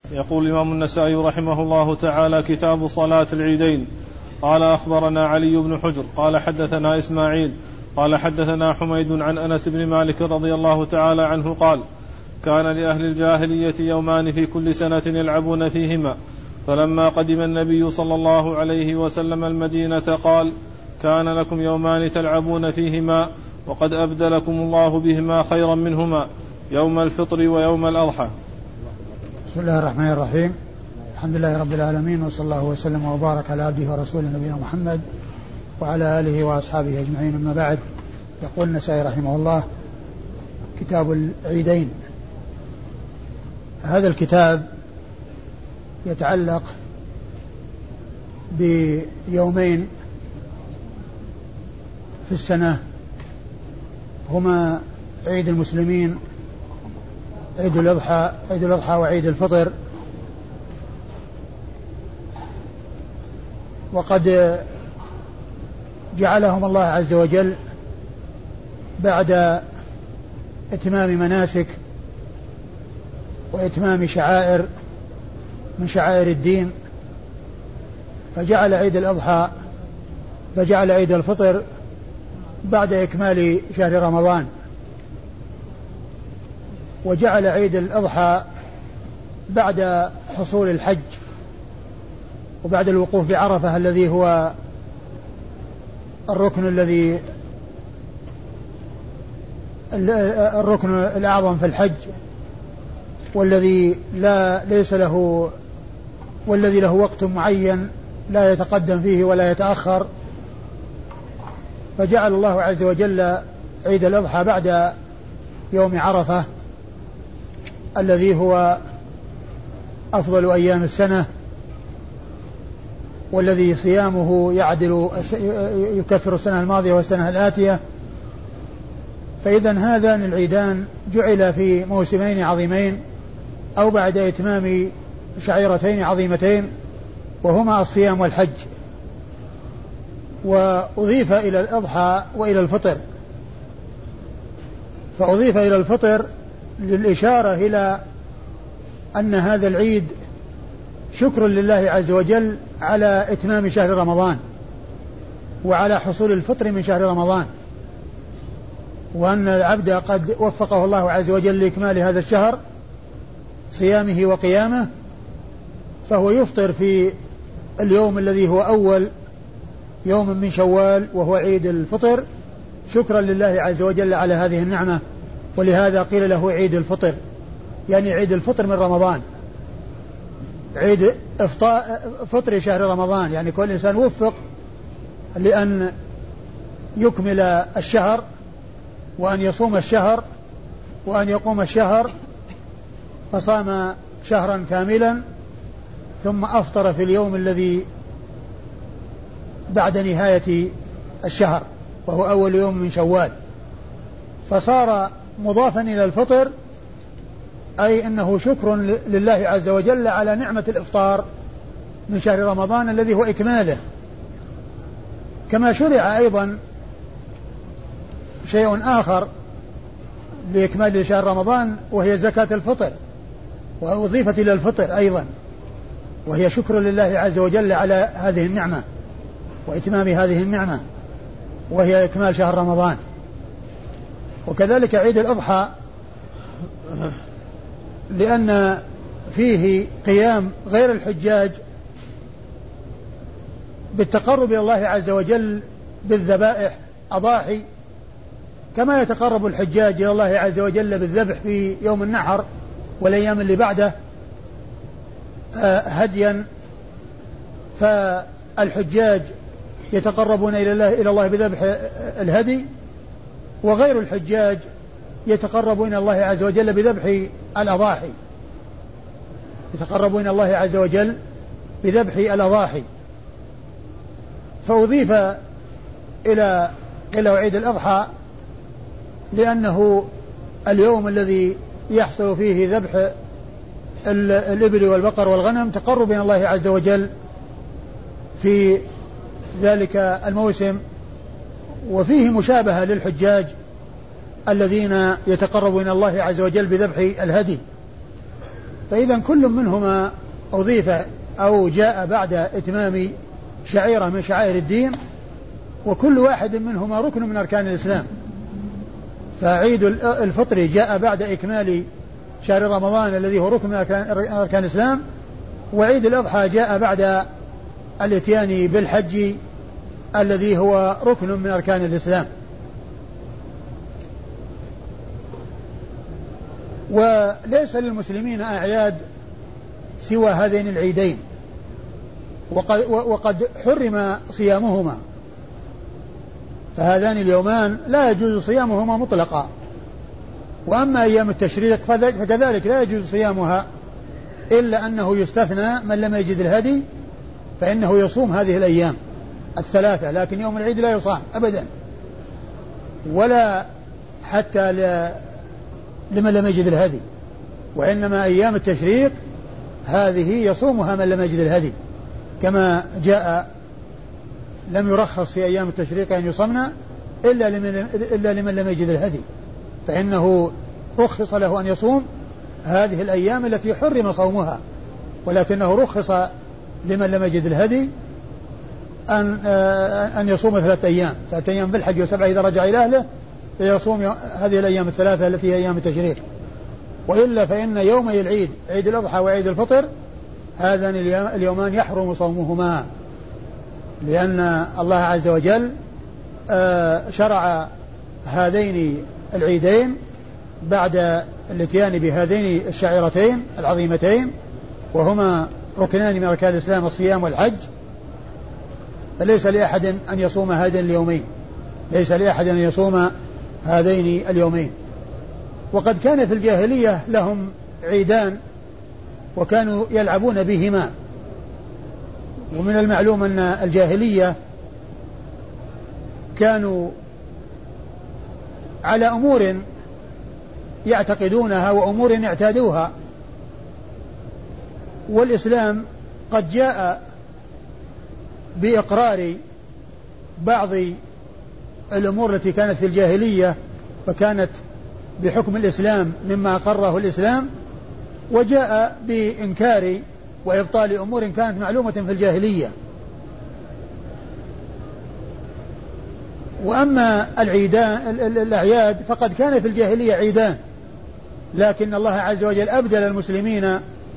يقول الإمام النسائي رحمه الله تعالى: كتاب صلاة العيدين. قال: أخبرنا علي بن حجر قال حدثنا إسماعيل قال حدثنا حميد عن أنس بن مالك رضي الله تعالى عنه قال: كان لأهل الجاهلية يومان في كل سنة يلعبون فيهما، فلما قدم النبي صلى الله عليه وسلم المدينة قال: كان لكم يومان تلعبون فيهما، وقد أبدلكم الله بهما خيرا منهما، يوم الفطر ويوم الأضحى. بسم الله الرحمن الرحيم. الحمد لله رب العالمين، وصلى الله وسلم وبارك على عبده ورسوله نبينا محمد وعلى آله وأصحابه أجمعين، أما بعد. يقول النسائي رحمه الله: كتاب العيدين. هذا الكتاب يتعلق بيومين في السنة، هما عيد المسلمين عيد الأضحى وعيد الفطر. وقد جعلهم الله عز وجل بعد إتمام مناسك وإتمام شعائر من شعائر الدين، فجعل عيد الأضحى فجعل عيد الفطر بعد إكمال شهر رمضان، وجعل عيد الأضحى بعد حصول الحج وبعد الوقوف بعرفة الذي هو الركن الأعظم في الحج، والذي له وقت معين لا يتقدم فيه ولا يتأخر. فجعل الله عز وجل عيد الأضحى بعد يوم عرفة الذي هو أفضل أيام السنة، والذي صيامه يكفر السنة الماضية والسنة الآتية. فإذن هذان العيدان جعل في موسمين عظيمين، أو بعد إتمام شعيرتين عظيمتين، وهما الصيام والحج. وأضيف إلى الأضحى وإلى الفطر، فأضيف إلى الفطر للإشارة إلى أن هذا العيد شكر لله عز وجل على إتمام شهر رمضان وعلى حصول الفطر من شهر رمضان، وأن العبد قد وفقه الله عز وجل لإكمال هذا الشهر صيامه وقيامه، فهو يفطر في اليوم الذي هو أول يوم من شوال وهو عيد الفطر، شكرا لله عز وجل على هذه النعمة. ولهذا قيل له عيد الفطر، يعني عيد الفطر من رمضان، عيد فطر شهر رمضان، يعني كل إنسان وفق لأن يكمل الشهر وأن يصوم الشهر وأن يقوم الشهر، فصام شهرا كاملا ثم أفطر في اليوم الذي بعد نهاية الشهر وهو أول يوم من شوال، فصار مضافا إلى الفطر، أي أنه شكر لله عز وجل على نعمة الإفطار من شهر رمضان الذي هو إكماله. كما شرع أيضا شيء آخر لإكمال شهر رمضان، وهي زكاة الفطر، وأضيفت إلى الفطر أيضا، وهي شكر لله عز وجل على هذه النعمة وإتمام هذه النعمة، وهي إكمال شهر رمضان. وكذلك عيد الأضحى لأن فيه قيام غير الحجاج بالتقرب إلى الله عز وجل بالذبائح أضاحي، كما يتقرب الحجاج إلى الله عز وجل بالذبح في يوم النحر والأيام اللي بعده هديا. فالحجاج يتقربون إلى الله بذبح الهدي، وغير الحجاج يتقربون إلى الله عز وجل بذبح الأضاحي، يتقربون إلى الله عز وجل بذبح الأضاحي. فأضيف إلى عيد الأضحى لأنه اليوم الذي يحصل فيه ذبح الإبل والبقر والغنم تقرب إلى الله عز وجل في ذلك الموسم، وفيه مشابهة للحجاج الذين يتقربون إلى الله عز وجل بذبح الهدي. فإذا كل منهما أضيف أو جاء بعد إتمام شعيرة من شعائر الدين، وكل واحد منهما ركن من أركان الإسلام. فعيد الفطر جاء بعد إكمال شهر رمضان الذي هو ركن من أركان الإسلام، وعيد الأضحى جاء بعد الاتيان بالحج الذي هو ركن من أركان الإسلام. وليس للمسلمين أعياد سوى هذين العيدين، وقد حرم صيامهما، فهذان اليومان لا يجوز صيامهما مطلقا. وأما أيام التشريق فكذلك لا يجوز صيامها، إلا أنه يستثنى من لم يجد الهدي فإنه يصوم هذه الأيام الثلاثة، لكن يوم العيد لا يصام أبدا، ولا حتى لمن لم يجد الهدي، وإنما أيام التشريق هذه يصومها من لم يجد الهدي، كما جاء لم يرخص في أيام التشريق أن يصمنا إلا لمن لم يجد الهدي، فإنه رخص له أن يصوم هذه الأيام التي حرم صومها، ولكنه رخص لمن لم يجد الهدي أن يصوم 3 أيام في الحج و7 إذا رجع إلى أهله، فيصوم هذه الأيام الثلاثة التي هي أيام التشريق. وإلا فإن يومي العيد، عيد الأضحى وعيد الفطر، هذان اليومان يحرم صومهما، لأن الله عز وجل شرع هذين العيدين بعد الاتيان بهذين الشعيرتين العظيمتين، وهما ركنان من أركان الإسلام، الصيام والحج، فليس لأحد أن يصوم هذين اليومين، ليس لأحد أن يصوم هذين اليومين. وقد كان في الجاهلية لهم عيدان وكانوا يلعبون بهما، ومن المعلوم أن الجاهلية كانوا على أمور يعتقدونها وأمور يعتادوها، والإسلام قد جاء بإقرار بعض الأمور التي كانت في الجاهلية فكانت بحكم الإسلام مما أقره الإسلام، وجاء بإنكار وإبطال أمور كانت معلومة في الجاهلية. وأما الأعياد فقد كان في الجاهلية عيدان، لكن الله عز وجل أبدل المسلمين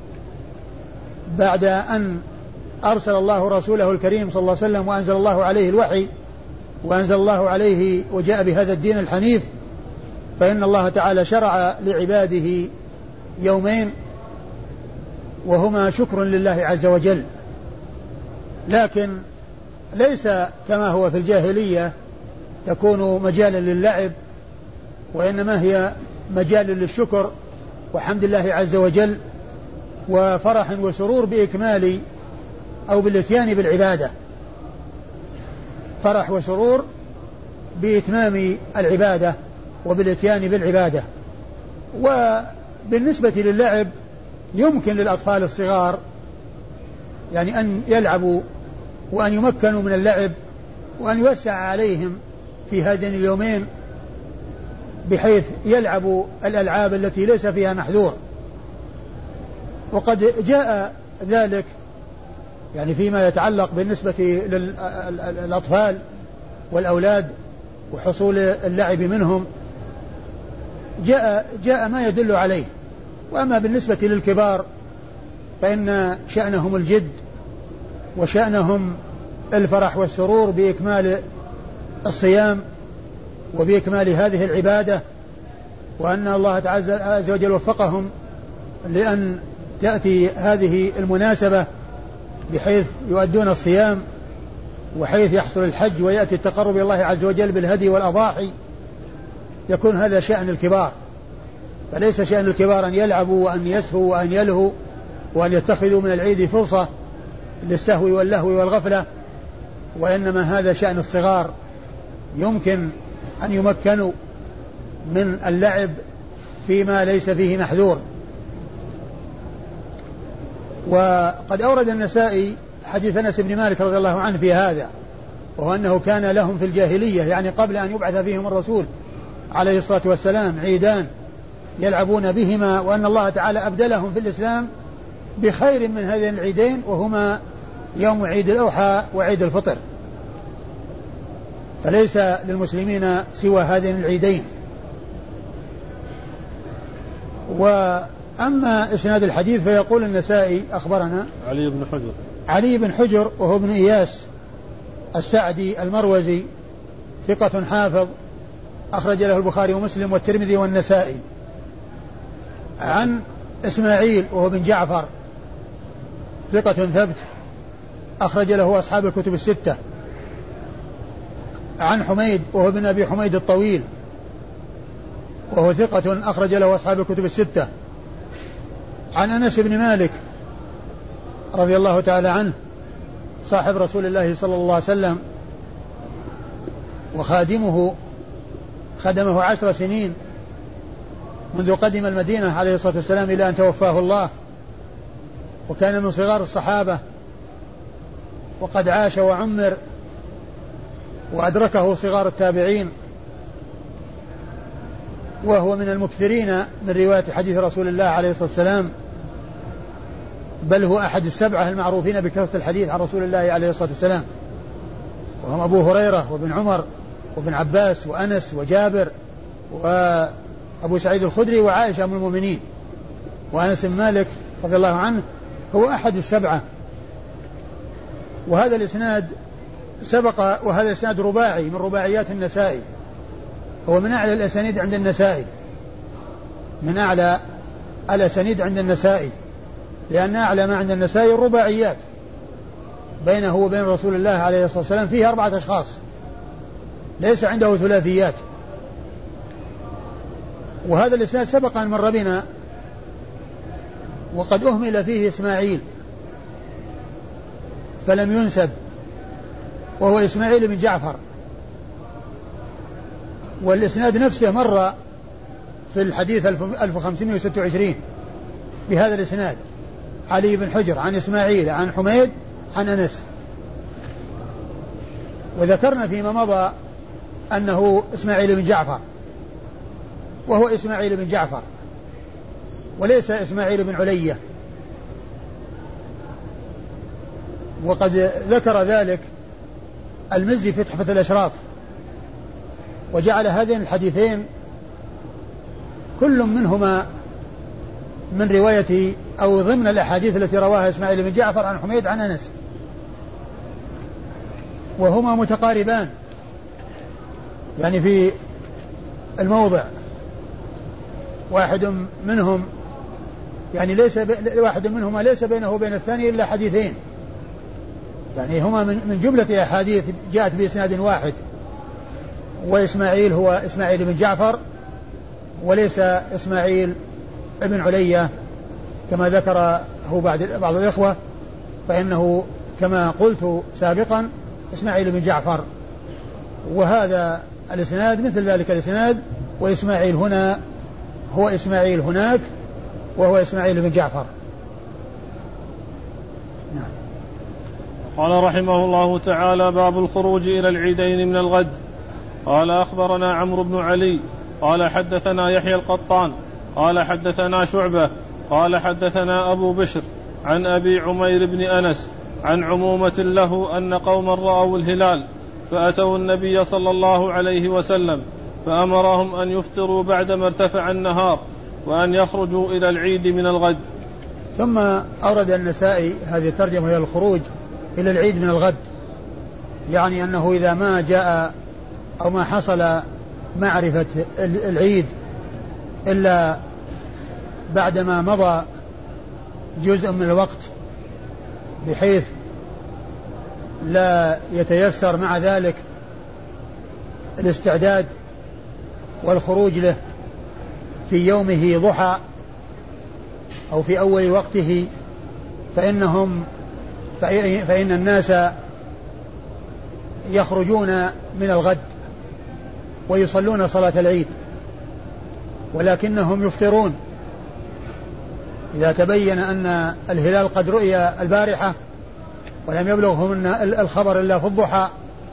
بعد أن أرسل الله رسوله الكريم صلى الله عليه وسلم وأنزل الله عليه الوحي وأنزل الله عليه وجاء بهذا الدين الحنيف، فإن الله تعالى شرع لعباده يومين وهما شكر لله عز وجل، لكن ليس كما هو في الجاهلية تكون مجالا للعب، وإنما هي مجال للشكر وحمد الله عز وجل وفرح وسرور بإكمال أو بالاتيان بالعبادة، فرح وسرور بإتمام العبادة وبالاتيان بالعبادة. وبالنسبة للعب يمكن للأطفال الصغار يعني أن يلعبوا وأن يمكنوا من اللعب وأن يوسع عليهم في هذين اليومين بحيث يلعبوا الألعاب التي ليس فيها محذور. وقد جاء ذلك يعني فيما يتعلق بالنسبة للأطفال والأولاد وحصول اللعب منهم جاء ما يدل عليه. وأما بالنسبة للكبار فإن شأنهم الجد وشأنهم الفرح والسرور بإكمال الصيام وبإكمال هذه العبادة، وأن الله عز وجل وفقهم لأن تأتي هذه المناسبة بحيث يؤدون الصيام وحيث يحصل الحج ويأتي التقرب إلى الله عز وجل بالهدي والأضاحي، يكون هذا شأن الكبار، فليس شأن الكبار أن يلعبوا وأن يسهوا وأن يلهوا وأن يتخذوا من العيد فرصة للسهو واللهو والغفلة، وإنما هذا شأن الصغار، يمكن أن يمكنوا من اللعب فيما ليس فيه محذور. وقد أورد النسائي حديث أنس بن مالك رضي الله عنه في هذا، وهو أنه كان لهم في الجاهلية يعني قبل أن يبعث فيهم الرسول عليه الصلاة والسلام عيدان، يلعبون بهما، وأن الله تعالى أبدلهم في الإسلام بخير من هذين العيدين، وهما يوم عيد الأضحى وعيد الفطر. فليس للمسلمين سوى هذين العيدين. وأما إسناد الحديث فيقول النسائي أخبرنا علي بن حجر وهو ابن إياس السعدي المروزي ثقة حافظ أخرج له البخاري ومسلم والترمذي والنسائي. عن إسماعيل وهو بن جعفر ثقة ثبت أخرج له أصحاب الكتب الستة. عن حميد وهو بن أبي حميد الطويل وهو ثقة أخرج له أصحاب الكتب الستة. عن أنس بن مالك رضي الله تعالى عنه صاحب رسول الله صلى الله عليه وسلم خدمه 10 سنين منذ قدم المدينة عليه الصلاة والسلام إلى أن توفاه الله، وكان من صغار الصحابة، وقد عاش وعمر وأدركه صغار التابعين، وهو من المكثرين من رواية حديث رسول الله عليه الصلاة والسلام، بل هو أحد السبعة المعروفين بكثرة الحديث عن رسول الله عليه الصلاة والسلام، وهم أبو هريرة وابن عمر وابن عباس وأنس وجابر وأبو سعيد الخدري وعائشة أم المؤمنين. وأنس بن مالك رضي الله عنه هو أحد السبعة. وهذا الإسناد سبق، وهذا الإسناد رباعي من رباعيات النسائي، هو من أعلى الأسانيد عند النسائي، من أعلى الأسانيد عند النسائي، لأن أعلى ما عند النسائي الرباعيات بينه وبين رسول الله عليه الصلاة والسلام فيه 4 أشخاص، ليس عنده ثلاثيات. وهذا الإسناد سبق أن مر بنا، وقد أهمل فيه إسماعيل فلم ينسب، وهو إسماعيل بن جعفر. والإسناد نفسه مر في الحديث 1526 بهذا الإسناد، علي بن حجر عن إسماعيل عن حميد عن أنس. وذكرنا فيما مضى أنه إسماعيل بن جعفر، وهو إسماعيل بن جعفر وليس إسماعيل بن علية. وقد ذكر ذلك المزي في تحفة الأشراف، وجعل هذين الحديثين كل منهما من رواية أو ضمن الأحاديث التي رواها إسماعيل بن جعفر عن حميد عن أنس، وهما متقاربان يعني في الموضع. واحد منهم يعني واحد منهما ليس بينه وبين الثاني إلا حديثين، يعني هما من جملة أحاديث جاءت بإسناد واحد. وإسماعيل هو إسماعيل بن جعفر وليس إسماعيل ابن علية كما ذكره بعض الإخوة، فإنه كما قلت سابقا إسماعيل بن جعفر. وهذا الإسناد مثل ذلك الإسناد، وإسماعيل هنا هو إسماعيل هناك، وهو إسماعيل بن جعفر. نعم. قال رحمه الله تعالى: باب الخروج إلى العيدين من الغد. قال أخبرنا عمرو بن علي قال حدثنا يحيى القطان قال حدثنا شعبة قال حدثنا أبو بشر عن أبي عمير بن أنس عن عمومة له أن قوما رأوا الهلال فأتوا النبي صلى الله عليه وسلم فأمرهم أن يفطروا بعدما ارتفع النهار وأن يخرجوا إلى العيد من الغد. ثم أورد النسائي هذه الترجمة هي الخروج إلى العيد من الغد، يعني أنه إذا ما جاء أو ما حصل معرفة العيد إلا بعدما مضى جزء من الوقت بحيث لا يتيسر مع ذلك الاستعداد والخروج له في يومه ضحى أو في أول وقته، فإن الناس يخرجون من الغد ويصلون صلاة العيد، ولكنهم يفطرون إذا تبين أن الهلال قد رؤي البارحة ولم يبلغهم الخبر إلا في الضحى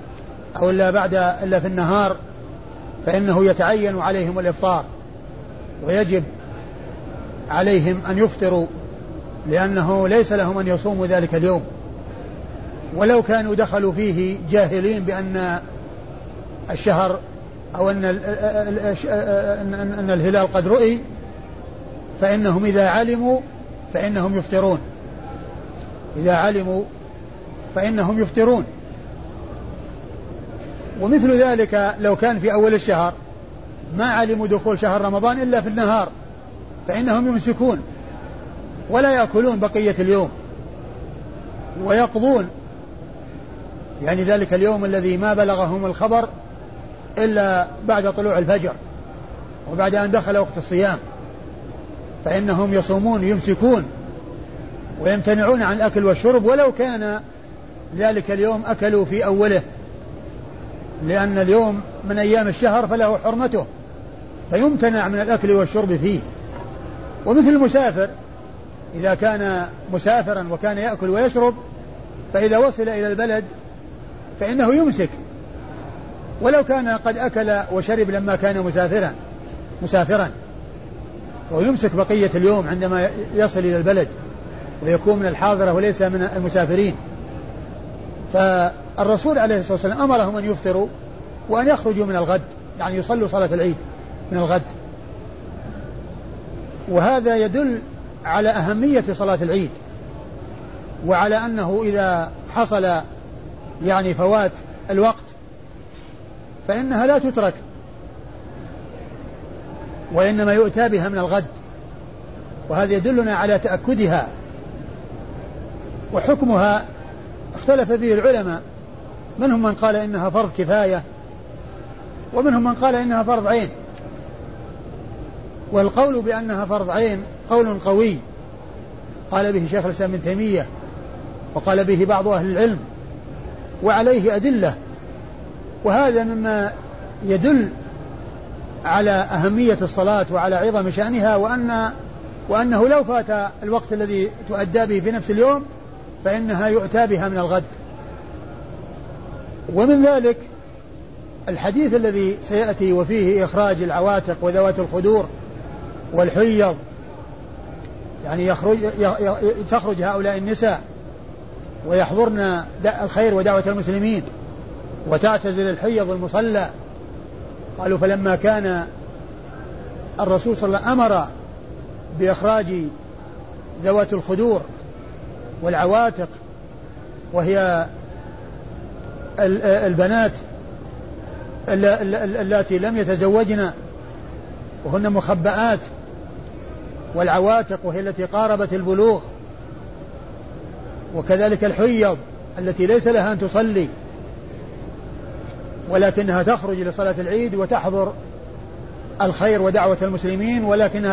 أو إلا في النهار، فإنه يتعين عليهم الإفطار. ويجب عليهم أن يفطروا، لأنه ليس لهم أن يصوموا ذلك اليوم، ولو كانوا دخلوا فيه جاهلين بأن الشهر أو أن الهلال قد رؤي، فإنهم إذا علموا فإنهم يفطرون، إذا علموا فإنهم يفطرون. ومثل ذلك لو كان في أول الشهر ما علموا دخول شهر رمضان إلا في النهار، فإنهم يمسكون ولا يأكلون بقية اليوم، ويقضون يعني ذلك اليوم الذي ما بلغهم الخبر إلا بعد طلوع الفجر وبعد أن دخل وقت الصيام، فإنهم يصومون يمسكون ويمتنعون عن الأكل والشرب ولو كان ذلك اليوم أكلوا في أوله، لأن اليوم من أيام الشهر فله حرمته، فيمتنع من الأكل والشرب فيه. ومثل المسافر إذا كان مسافرا وكان يأكل ويشرب، فإذا وصل إلى البلد فإنه يمسك ولو كان قد أكل وشرب لما كان مسافرا، ويمسك بقية اليوم عندما يصل إلى البلد ويكون من الحاضرة وليس من المسافرين. فالرسول عليه الصلاة والسلام أمرهم أن يفطروا وأن يخرجوا من الغد، يعني يصلوا صلاة العيد من الغد. وهذا يدل على أهمية صلاة العيد، وعلى أنه إذا حصل يعني فوات الوقت فإنها لا تترك، وإنما يؤتى بها من الغد، وهذا يدلنا على تأكدها. وحكمها اختلف فيه العلماء، منهم من قال إنها فرض كفاية ومنهم من قال إنها فرض عين، والقول بأنها فرض عين قول قوي قال به شيخ الإسلام ابن تيمية وقال به بعض أهل العلم وعليه أدلة، وهذا مما يدل على أهمية الصلاة وعلى عظم شأنها، وأنه لو فات الوقت الذي تؤدى به في نفس اليوم فإنها يؤتى بها من الغد. ومن ذلك الحديث الذي سيأتي وفيه إخراج العواتق وذوات الخدور والحيض، يعني تخرج هؤلاء النساء ويحضرن الخير ودعوة المسلمين وتعتزل الحيض المصلى. قالوا فلما كان الرسول صلى الله عليه وسلم أمر بإخراج ذوات الخدور والعواتق وهي البنات اللاتي لم يتزوجن وهن مخبآت، والعواتق وهي التي قاربت البلوغ، وكذلك الحيض التي ليس لها أن تصلي ولكنها تخرج لصلاة العيد وتحضر الخير ودعوة المسلمين ولكنها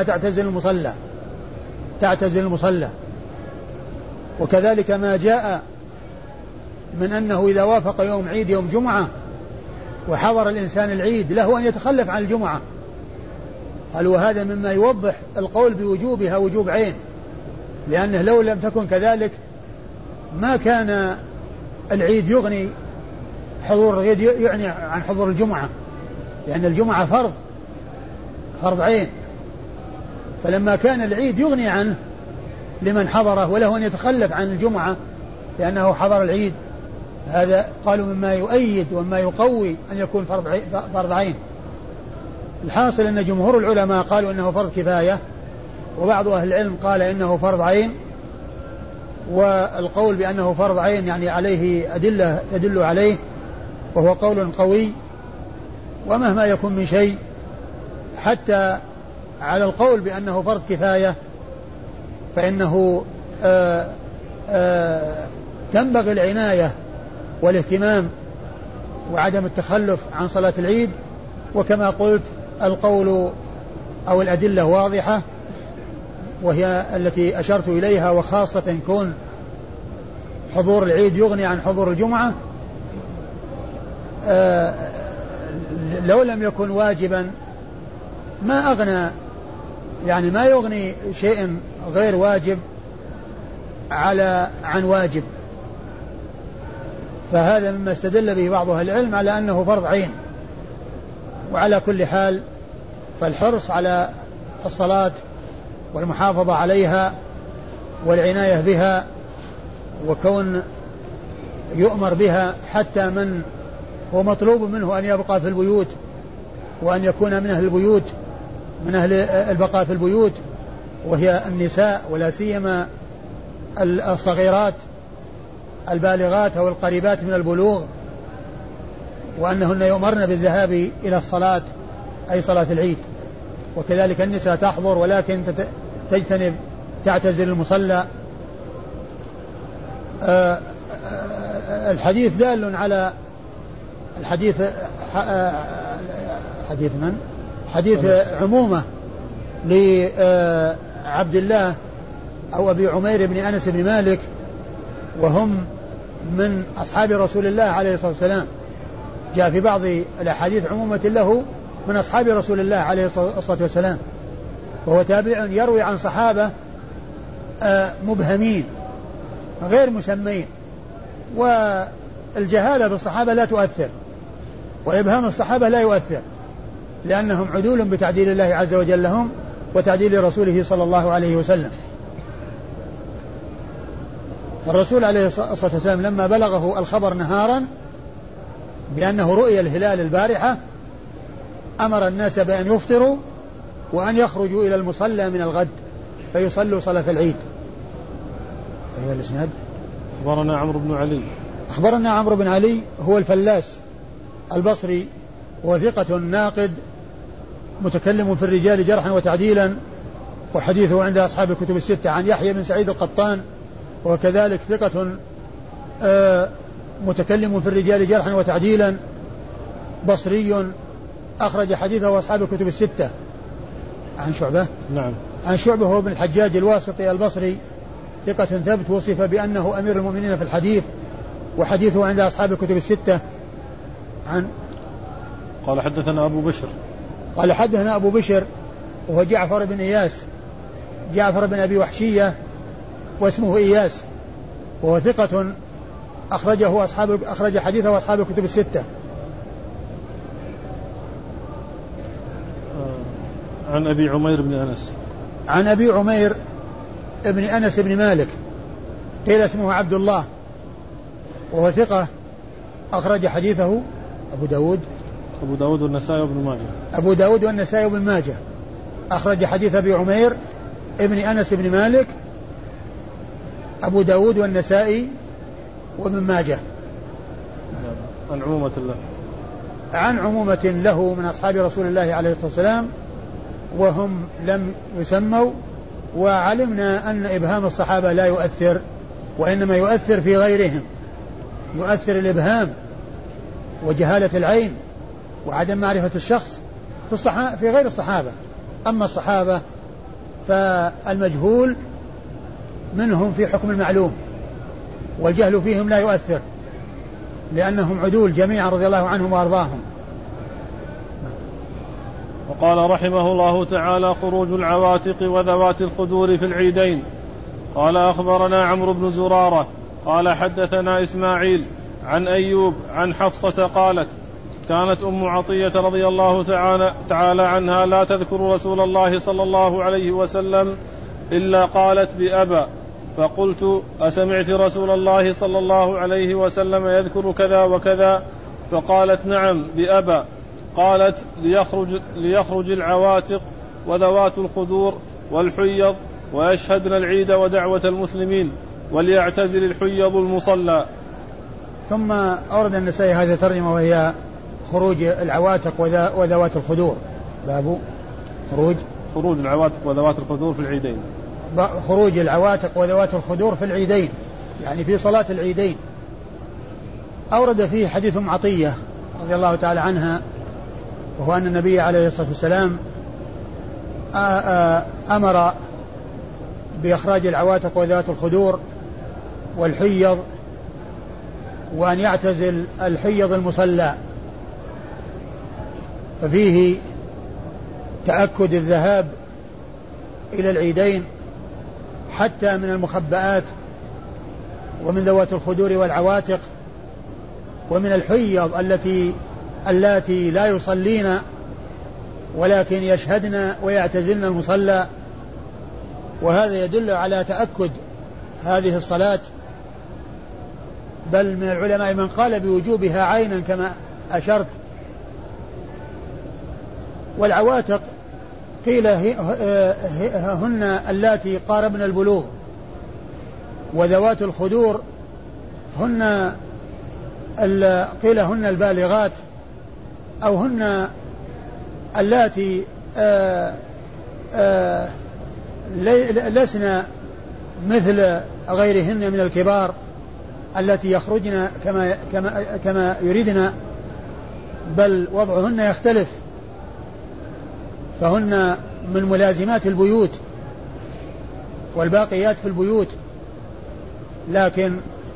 تعتزل المصلى. وكذلك ما جاء من أنه إذا وافق يوم عيد يوم جمعة وحضر الإنسان العيد له أن يتخلف عن الجمعة، قالوا وهذا مما يوضح القول بوجوبها وجوب عين، لأنه لو لم تكن كذلك ما كان العيد يغني حضور العيد يعني عن حضور الجمعة، لأن الجمعة فرض عين، فلما كان العيد يغني عنه لمن حضره وله أن يتخلف عن الجمعة لأنه حضر العيد، هذا قالوا مما يؤيد ومما يقوي أن يكون فرض عين. الحاصل أن جمهور العلماء قالوا إنه فرض كفاية، وبعض أهل العلم قال إنه فرض عين، والقول بأنه فرض عين يعني عليه أدلة تدل عليه، وهو قول قوي. ومهما يكون من شيء حتى على القول بأنه فرض كفاية فإنه تنبغي العناية والاهتمام وعدم التخلف عن صلاة العيد. وكما قلت القول أو الأدلة واضحة وهي التي أشرت إليها، وخاصة كون حضور العيد يغني عن حضور الجمعة. لو لم يكن واجبا ما أغنى، يعني ما يغني شيء غير واجب عن واجب، فهذا مما استدل به بعض أهل العلم على أنه فرض عين. وعلى كل حال فالحرص على الصلاة والمحافظة عليها والعناية بها، وكون يؤمر بها حتى من هو مطلوب منه أن يبقى في البيوت وأن يكون من أهل البيوت، من أهل البقاء في البيوت، وهي النساء ولا سيما الصغيرات البالغات أو القريبات من البلوغ، وأنهن يؤمرن بالذهاب إلى الصلاة أي صلاة العيد. وكذلك النساء تحضر ولكن تجتنب تعتزل المصلى. الحديث دال على الحديث حديث من؟ حديث عمومة لعبد الله أو أبي عمير بن أنس بن مالك، وهم من أصحاب رسول الله عليه الصلاة والسلام. جاء في بعض الأحاديث عمومة له من أصحاب رسول الله عليه الصلاة والسلام، وهو تابع يروي عن صحابة مبهمين غير مسمين، والجهالة بالصحابة لا تؤثر، وإبهام الصحابة لا يؤثر، لأنهم عدول بتعديل الله عز وجل لهم وتعديل رسوله صلى الله عليه وسلم. الرسول عليه الصلاة والسلام لما بلغه الخبر نهارا بأنه رؤي الهلال البارحة أمر الناس بأن يفطروا وأن يخرجوا إلى المصلى من الغد فيصلوا صلاة العيد. أيها الإسناد. أخبرنا عمرو بن علي. أخبرنا عمرو بن علي هو الفلاس البصري، وثقة ناقد متكلم في الرجال جرحا وتعديلا، وحديثه عند أصحاب الكتب الستة. عن يحيى بن سعيد القطان وكذلك ثقة متكلم في الرجال جرحا وتعديلا بصري أخرج حديثه أصحاب الكتب الستة. عن شعبة. نعم. عن شعبة هو بن الحجاج الواسطي البصري ثقة ثبت، وصف بأنه أمير المؤمنين في الحديث، وحديثه عند أصحاب الكتب الستة. عن قال حدثنا أبو بشر. قال حدثنا أبو بشر وهو جعفر بن إياس، جعفر بن أبي وحشية واسمه إياس، وهو ثقة أخرج حديثه أصحاب الكتب الستة. عن أبي عمير بن أنس. عن أبي عمير ابن أنس بن مالك قيل اسمه عبد الله، وهو ثقة أخرج حديثه أبو داود والنسائي وابن ماجه. أبو داود والنسائي وابن ماجه أخرج حديث أبي عمير ابن أنس بن مالك أبو داود والنسائي وابن ماجه. عن عمومة له. عن عمومة له من أصحاب رسول الله عليه الصلاة والسلام، وهم لم يسموا. وعلمنا أن إبهام الصحابة لا يؤثر، وإنما يؤثر في غيرهم، يؤثر الإبهام وجهالة العين وعدم معرفة الشخص في غير الصحابة. أما الصحابة فالمجهول منهم في حكم المعلوم، والجهل فيهم لا يؤثر، لأنهم عدول جميعا رضي الله عنهم وأرضاهم. وقال رحمه الله تعالى: خروج العواتق وذوات الخدور في العيدين. قال أخبرنا عمرو بن زرارة قال حدثنا إسماعيل عن أيوب عن حفصة قالت: كانت أم عطية رضي الله تعالى عنها لا تذكر رسول الله صلى الله عليه وسلم إلا قالت بأبى، فقلت: أسمعت رسول الله صلى الله عليه وسلم يذكر كذا وكذا؟ فقالت: نعم بأبى. قالت: ليخرج العواتق وذوات الخدور والحيض ويشهدن العيد ودعوة المسلمين وليعتزل الحيض المصلى. ثم أورد النسائي هذه الترجمة وهي خروج العواتق وذوات الخدور. باب خروج العواتق وذوات الخدور في العيدين. خروج العواتق وذوات الخدور في العيدين، يعني في صلاة العيدين. أورد فيه حديث أم عطية رضي الله تعالى عنها، وهو أن النبي عليه الصلاة والسلام أمر بإخراج العواتق وذوات الخدور والحيض، وأن يعتزل الحيض المصلى، ففيه تأكد الذهاب إلى العيدين حتى من المخبآت ومن ذوات الخدور والعواتق ومن الحيض التي لا يصلين ولكن يشهدن ويعتزلن المصلى. وهذا يدل على تأكد هذه الصلاة، بل من العلماء من قال بوجوبها عينا كما أشرت. والعواتق قيل هن اللاتي قاربن البلوغ، وذوات الخدور هن قيل هن البالغات، أو هن اللاتي لسنا مثل غيرهن من الكبار التي يخرجن كما يريدن، بل وضعهن يختلف، فهن من ملازمات البيوت والباقيات في البيوت، لكن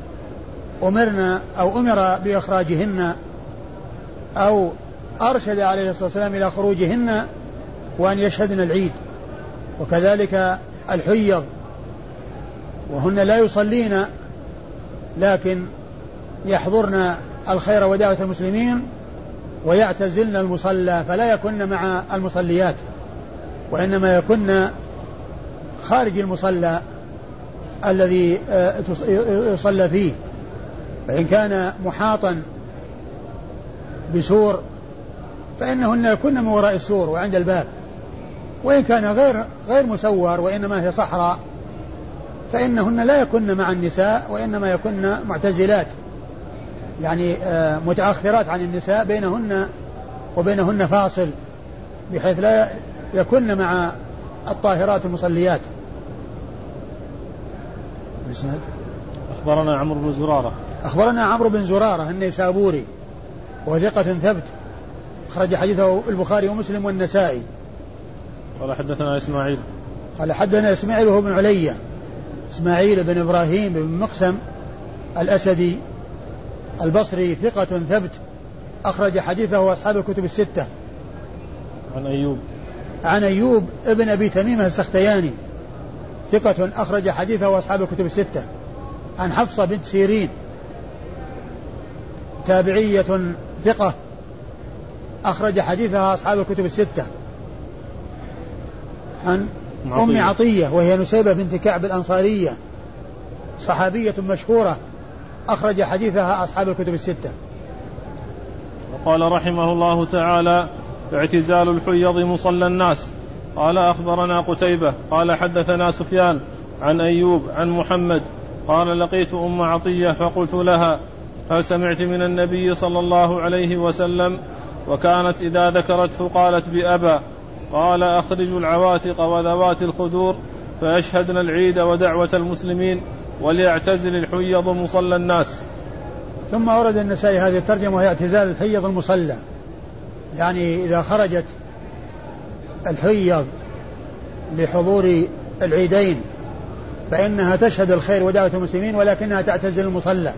أمر بإخراجهن أو أرشد عليه الصلاة والسلام إلى خروجهن وأن يشهدن العيد. وكذلك الحيض، وهن لا يصلين لكن يحضرن الخير ودعوة المسلمين ويعتزلن المصلى، فلا يكن مع المصليات، وإنما يكن خارج المصلى الذي يصلى فيه. فإن كان محاطا بسور فإنهن يكن من وراء السور وعند الباب، وإن كان غير مسور وإنما هي صحراء فإنهن لا يكن مع النساء، وإنما يكن معتزلات، يعني متأخرات عن النساء، بينهن وبينهن فاصل، بحيث لا يكن مع الطاهرات المصليات. أخبرنا عمرو بن زرارة النيسابوري وثقة ثبت، أخرج حديثه البخاري ومسلم والنسائي. قال حدثنا إسماعيل، قال حدثنا إسماعيل وهو بن عليا، إسماعيل بن إبراهيم بن مقسم الأسدي البصري ثقة ثبت، أخرج حديثه أصحاب الكتب الستة. عن أيوب ابن أبي تميمة السختياني ثقة أخرج حديثه أصحاب الكتب الستة. عن حفصة بنت سيرين تابعية ثقة أخرج حديثها أصحاب الكتب الستة. عن أم عطية وهي نسيبة بنت كعب الأنصارية صحابية مشهورة أخرج حديثها أصحاب الكتب الستة. وقال رحمه الله تعالى: اعتزال الحيض مصلى الناس. قال أخبرنا قتيبة قال حدثنا سفيان عن أيوب عن محمد قال: لقيت أم عطية فقلت لها: هل سمعت من النبي صلى الله عليه وسلم؟ وكانت إذا ذكرته قالت بأبى. قال: أخرجوا العواتق وذوات الخدور فيشهدن العيد ودعوة المسلمين وليعتزل الحيض مصلى الناس. ثم ورد النسائي هذه الترجمة وهي اعتزال الحيض المصلى، يعني إذا خرجت الحيض لحضور العيدين فإنها تشهد الخير ودعوة المسلمين ولكنها تعتزل المصلى.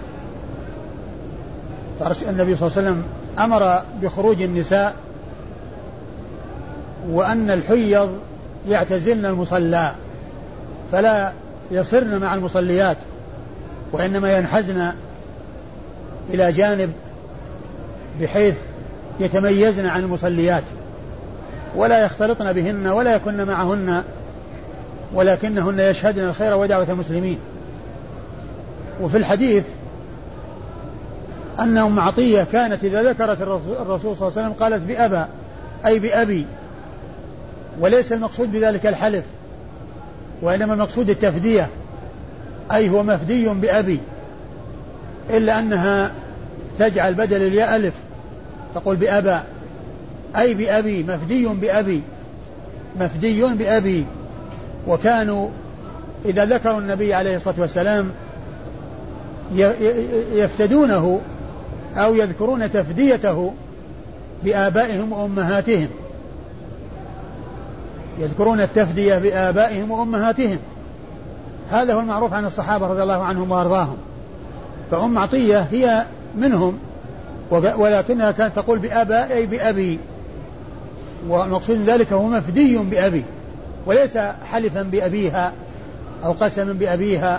النبي صلى الله عليه وسلم أمر بخروج النساء وأن الحيض يعتزلن المصلى فلا يصرن مع المصليات، وإنما ينحزن إلى جانب بحيث يتميزن عن المصليات ولا يختلطن بهن ولا يكن معهن، ولكنهن يشهدن الخير ودعوة المسلمين. وفي الحديث أن أم عطية كانت إذا ذكرت الرسول صلى الله عليه وسلم قالت بأبا، أي بأبي، وليس المقصود بذلك الحلف، وإنما المقصود التفدية، أي هو مفدي بأبي، إلا أنها تجعل بدل الياء ألف تقول بأبا، أي بأبي، مفدي بأبي، مفدي بأبي. وكانوا إذا ذكروا النبي عليه الصلاة والسلام يفتدونه أو يذكرون تفديته بآبائهم وأمهاتهم، يذكرون التفدية بآبائهم وأمهاتهم. هذا هو المعروف عن الصحابة رضي الله عنهم وأرضاهم. فأم عطية هي منهم، ولكنها كانت تقول بآباء أي بأبي، والمقصود ذلك هو مفدي بأبي، وليس حلفا بأبيها أو قسما بأبيها،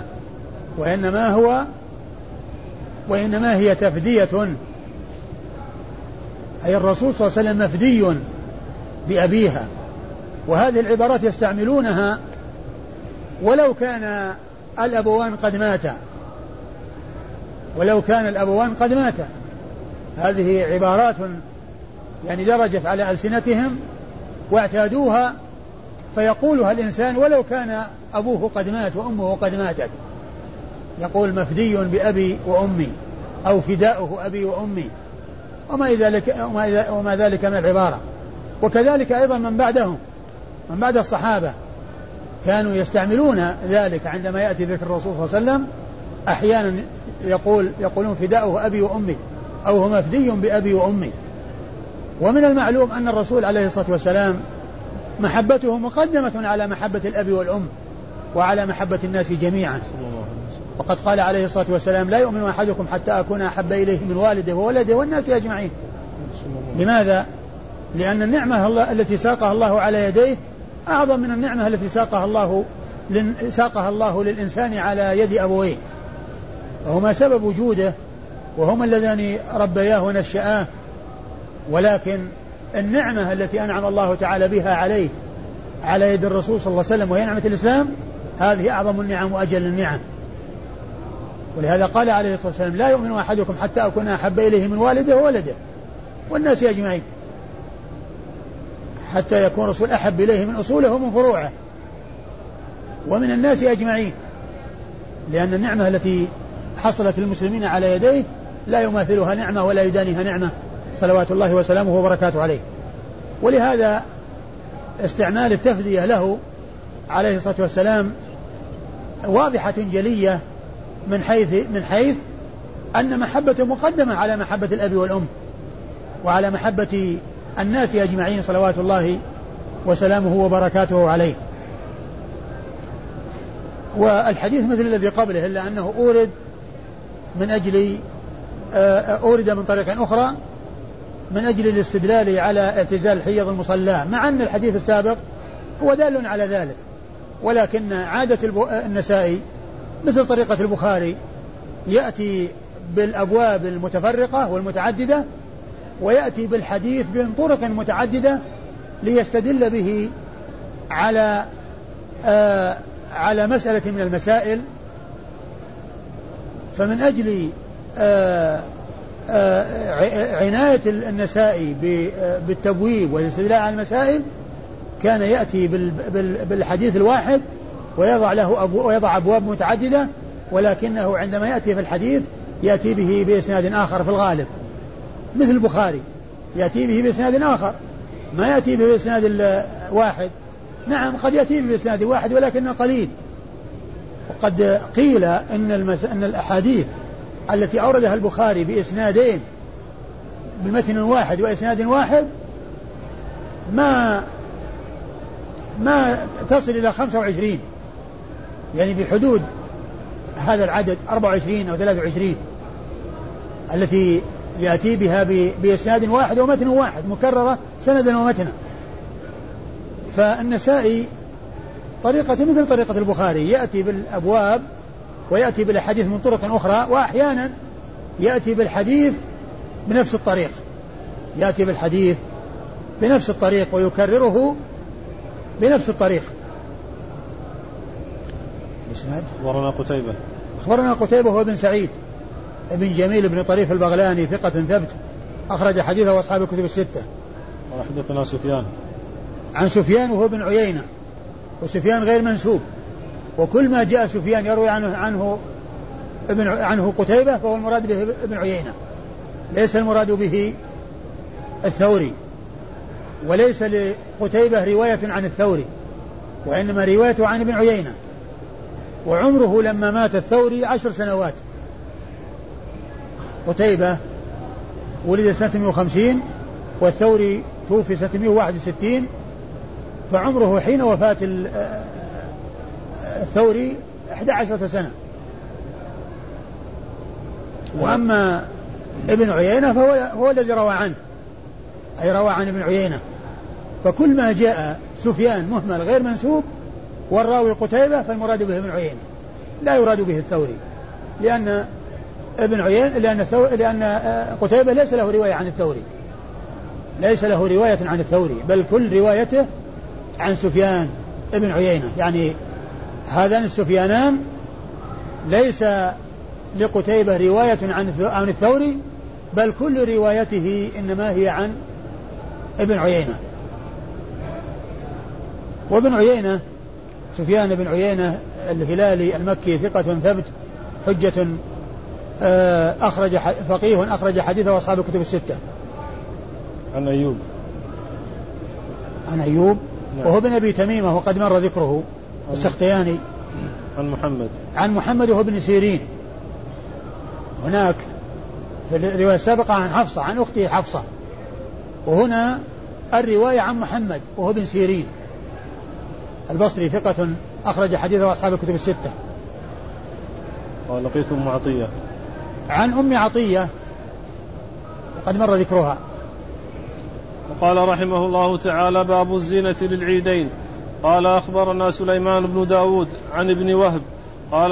وإنما هي تفدية، أي الرسول صلى الله عليه وسلم مفدي بأبيها. وهذه العبارات يستعملونها ولو كان الأبوان قد ماتا، ولو كان الأبوان قد ماتا. هذه عبارات يعني درجت على ألسنتهم واعتادوها، فيقولها الإنسان ولو كان أبوه قد مات وأمه قد ماتت، يقول مفدي بأبي وأمي أو فداؤه أبي وأمي وما ذلك من العبارة. وكذلك أيضا من بعدهم، من بعد الصحابة كانوا يستعملون ذلك عندما يأتي ذكر الرسول صلى الله عليه وسلم. أحيانا يقولون فداؤه أبي وأمي أو هو مفدي بأبي وأمي. ومن المعلوم أن الرسول عليه الصلاة والسلام محبته مقدمة على محبة الأب والأم وعلى محبة الناس جميعا. وقد قال عليه الصلاة والسلام لا يؤمن أحدكم حتى أكون أحب إليه من والده وولده والناس أجمعين. لماذا؟ لأن النعمة التي ساقها الله على يديه أعظم من النعمة التي ساقها الله للإنسان على يد أبويه، وهما سبب وجوده وهما اللذان ربياه ونشأاه. ولكن النعمة التي أنعم الله تعالى بها عليه على يد الرسول صلى الله عليه وسلم وهي نعمة الإسلام، هذه أعظم النعم وأجل النعم. ولهذا قال عليه الصلاة والسلام لا يؤمن أحدكم حتى أكون أحب إليه من والده وولده والناس أجمعين، حتى يكون الرسول أحب إليه من أصوله ومن فروعه ومن الناس أجمعين. لأن النعمة التي حصلت للمسلمين على يديه لا يماثلها نعمة ولا يدانيها نعمة صلوات الله وسلامه وبركاته عليه. ولهذا استعمال التفدية له عليه الصلاة والسلام واضحة جلية من حيث أن محبته مقدمة على محبة الأب والأم وعلى محبة الناس أجمعين صلوات الله وسلامه وبركاته عليه. والحديث مثل الذي قبله إلا أنه أورد من طريق أخرى من أجل الاستدلال على اعتزال حيض المصلاة، مع أن الحديث السابق هو دال على ذلك. ولكن عادة النسائي مثل طريقة البخاري يأتي بالأبواب المتفرقة والمتعددة ويأتي بالحديث من طرق متعددة ليستدل به على مسألة من المسائل. فمن أجل عناية النسائي بالتبويب والاستدلال على المسائل كان يأتي بالحديث الواحد ويضع أبواب متعددة، ولكنه عندما يأتي في الحديث يأتي به بإسناد آخر في الغالب، مثل البخاري يأتي به بإسناد آخر ما يأتي به بإسناد واحد. نعم قد يأتي به بإسناد واحد ولكنه قليل. وقد قيل أن الأحاديث التي أوردها البخاري بإسنادين بمتن واحد وإسناد واحد ما تصل إلى 25، يعني بحدود هذا العدد 24 أو 23 التي يأتي بها بإسناد واحد ومتن واحد مكررة سندا ومتنا. فالنسائي طريقة مثل طريقة البخاري يأتي بالأبواب ويأتي بالحديث من طرق أخرى، وأحيانا يأتي بالحديث بنفس الطريق، يأتي بالحديث بنفس الطريق ويكرره بنفس الطريق. أخبرنا قتيبة هو بن سعيد ابن جميل بن طريف البغلاني ثقة ثبت أخرج حديثه أصحاب الكتب الستة. وحدثنا سفيان عن سفيان وهو بن عيينة، وسفيان غير منسوب، وكل ما جاء سفيان يروي عنه قتيبة فهو المراد به ابن عيينة، ليس المراد به الثوري، وليس لقتيبة رواية عن الثوري وإنما روايته عن ابن عيينة. وعمره لما مات الثوري 10 سنوات. قتيبة ولد سنة 150 والثوري توفي سنة 161، فعمره حين وفاة الثوري 11 سنة. وأما ابن عيينة فهو الذي روى عنه، أي روى عن ابن عيينة. فكل ما جاء سفيان مهمل غير منسوب والراوي قتيبة فالمراد به ابن عيينة، لا يراد به الثوري، لأن قتيبة ليس له رواية عن الثوري، ليس له رواية عن الثوري، بل كل روايته عن سفيان ابن عيينة. يعني هذان السفيانان ليس لقتيبة رواية عن الثوري، بل كل روايته إنما هي عن ابن عيينة. وابن عيينة سفيان بن عيينة الهلالي المكي ثقة ثبت حجة فقيه أخرج حديثه أصحاب الكتب الستة. عن أيوب نعم. وهو بن أبي تميمة وقد مر ذكره السختياني. عن محمد وهو ابن سيرين. هناك في الرواية السابقة عن حفصة عن أخته حفصة، وهنا الرواية عن محمد وهو ابن سيرين البصري ثقة أخرج حديثه أصحاب الكتب الستة. ولقيت أم عطية. عن أم عطية وقد مر ذكرها. وقال رحمه الله تعالى: باب الزينة للعيدين. قال: أخبرنا سليمان بن داود عن ابن وهب قال: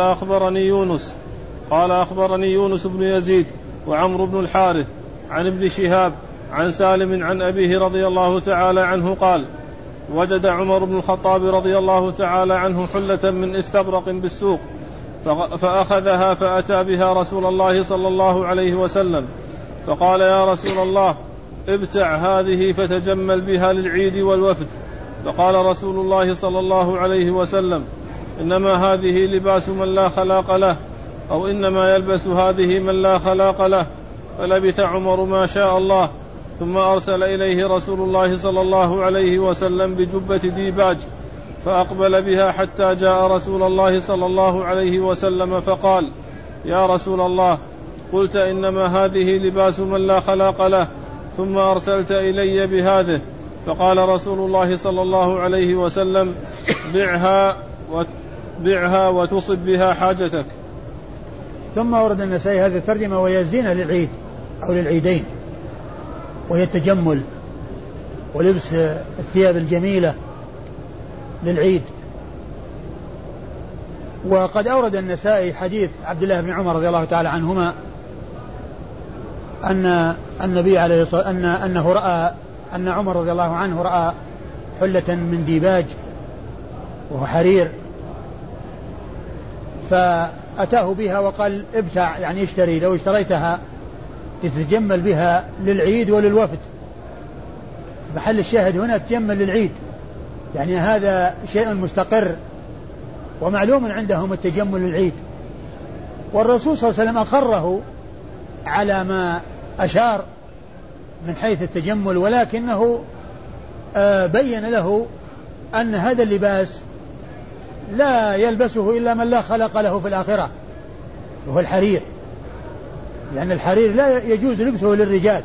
أخبرني يونس بن يزيد وعمرو بن الحارث عن ابن شهاب عن سالم عن أبيه رضي الله تعالى عنه قال: وجد عمر بن الخطاب رضي الله تعالى عنه حلة من استبرق بالسوق فأخذها فأتى بها رسول الله صلى الله عليه وسلم فقال: يا رسول الله، ابتع هذه فتجمل بها للعيد والوفد. فقال رسول الله صلى الله عليه وسلم: إنما هذه لباس من لا خلاق له، أو إنما يلبس هذه من لا خلاق له. فلبث عمر ما شاء الله، ثم أرسل إليه رسول الله صلى الله عليه وسلم بجبة ديباج فأقبل بها حتى جاء رسول الله صلى الله عليه وسلم فقال: يا رسول الله، قلت إنما هذه لباس من لا خلاق له، ثم أرسلت إلي بهذه. فقال رسول الله صلى الله عليه وسلم: بعها وتصب بها حاجتك. ثم ورد النسائي هذه الترجمة: وهي الزينة للعيد أو للعيدين، وهي التجمل ولبس الثياب الجميلة للعيد. وقد أورد النسائي حديث عبد الله بن عمر رضي الله تعالى عنهما أن النبي عليه الصلاة أنه رأى أن عمر رضي الله عنه رأى حلة من ديباج وهو حرير، فأتاه بها وقال: ابتع، يعني اشتري، لو اشتريتها تتجمل بها للعيد وللوفد. محل الشاهد هنا تجمل للعيد، يعني هذا شيء مستقر ومعلوم عندهم التجمل للعيد، والرسول صلى الله عليه وسلم أقره على ما أشار من حيث التجمل، ولكنه بين له أن هذا اللباس لا يلبسه إلا من لا خلق له في الآخرة، وهو الحرير، لأن الحرير لا يجوز لبسه للرجال،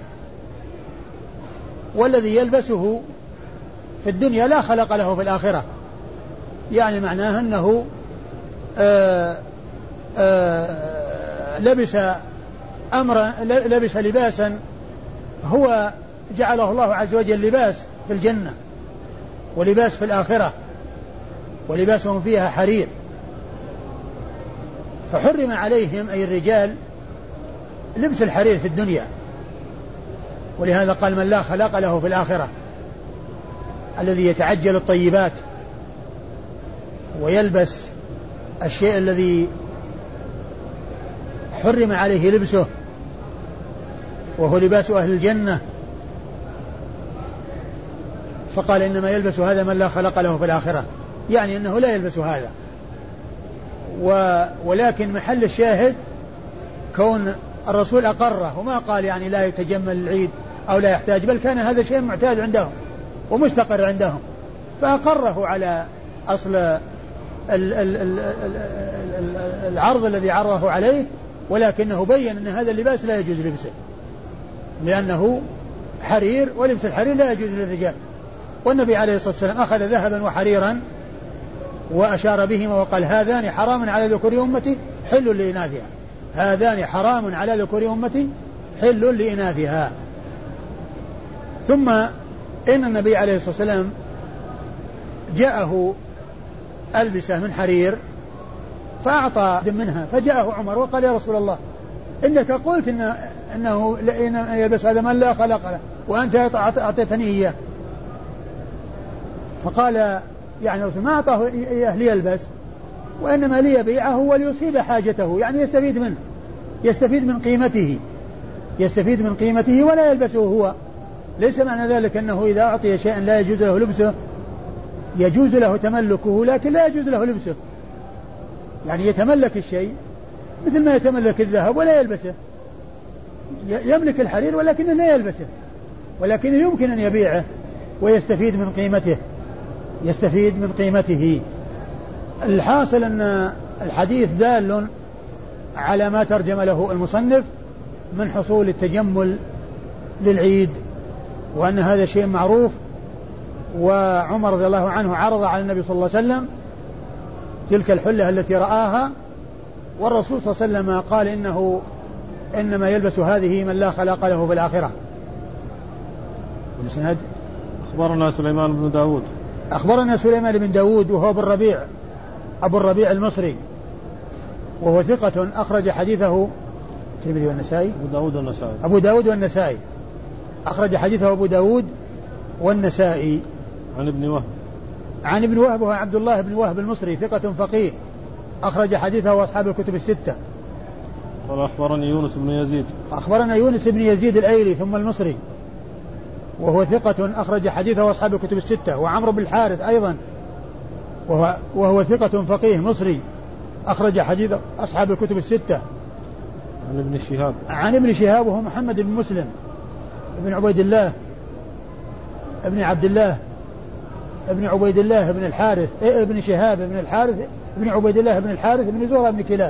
والذي يلبسه في الدنيا لا خلق له في الآخرة. يعني معناه أنه لبس لباسا هو جعله الله عز وجل لباس في الجنة ولباس في الآخرة، ولباسهم فيها حرير. فحرم عليهم أي الرجال لبس الحرير في الدنيا، ولهذا قال: من لا خلاق له في الآخرة، الذي يتعجل الطيبات ويلبس الشيء الذي حرم عليه لبسه وهو لباس أهل الجنة. فقال: إنما يلبس هذا من لا خلق له في الآخرة، يعني أنه لا يلبس هذا. ولكن محل الشاهد كون الرسول أقره وما قال يعني لا يتجمل العيد أو لا يحتاج، بل كان هذا شيء معتاد عندهم ومستقر عندهم، فأقره على أصل العرض الذي عرضه عليه، ولكنه بين أن هذا اللباس لا يجوز لبسه لأنه حرير، ولبس الحرير لا يجوز للرجال. والنبي عليه الصلاة والسلام أخذ ذهبا وحريرا وأشار بهما وقال: هذان حرام على ذكور أمتي حل لإناثها، هذان حرام على ذكور أمتي حل لإناثها. ثم إن النبي عليه الصلاة والسلام جاءه ألبسة من حرير فأعطى منها، فجاءه عمر وقال: يا رسول الله، إنك قلت إنه يلبس هذا من لا خلق له وأنت أعطيتني إياه. فقال يعني ما أعطاه إياه ليلبس وإنما ليبيعه وليصيب حاجته، يعني يستفيد منه، يستفيد من قيمته ولا يلبسه هو. ليس معنى ذلك أنه إذا أعطي شيئا لا يجوز له لبسه يجوز له تملكه لكن لا يجوز له لبسه، يعني يتملك الشيء مثل ما يتملك الذهب ولا يلبسه، يملك الحرير ولكنه لا يلبسه، ولكنه يمكن أن يبيعه ويستفيد من قيمته. الحاصل أن الحديث دال على ما ترجم له المصنف من حصول التجمل للعيد، وأن هذا شيء معروف. وعمر رضي الله عنه عرض على النبي صلى الله عليه وسلم تلك الحلة التي رآها، والرسول صلى الله عليه وسلم قال إنما يلبس هذه من لا خلاق له في الآخرة. والإسناد أخبرنا سليمان بن داود وهو أبو الربيع المصري، وهو ثقة أخرج حديثه الترمذي والنسائي. أبو داود والنسائي أخرج حديثه أبو داود والنسائي. عن ابن وهب وهو عبد الله بن وهب المصري ثقة فقيه أخرج حديثه وأصحاب الكتب الستة. قال أخبرنا يونس بن يزيد الأيلي ثم المصري وهو ثقة أخرج حديثه وأصحاب الكتب الستة. وعمرو بن الحارث أيضا وهو ثقة فقيه مصري أخرج حديث أصحاب الكتب الستة. عن ابن شهاب وهو محمد بن مسلم ابن عبيد الله ابن عبد الله ابن عبيد الله ابن الحارث ابن شهاب ابن الحارث ابن عبيد الله ابن الحارث ابن زهرة ابن كلاب،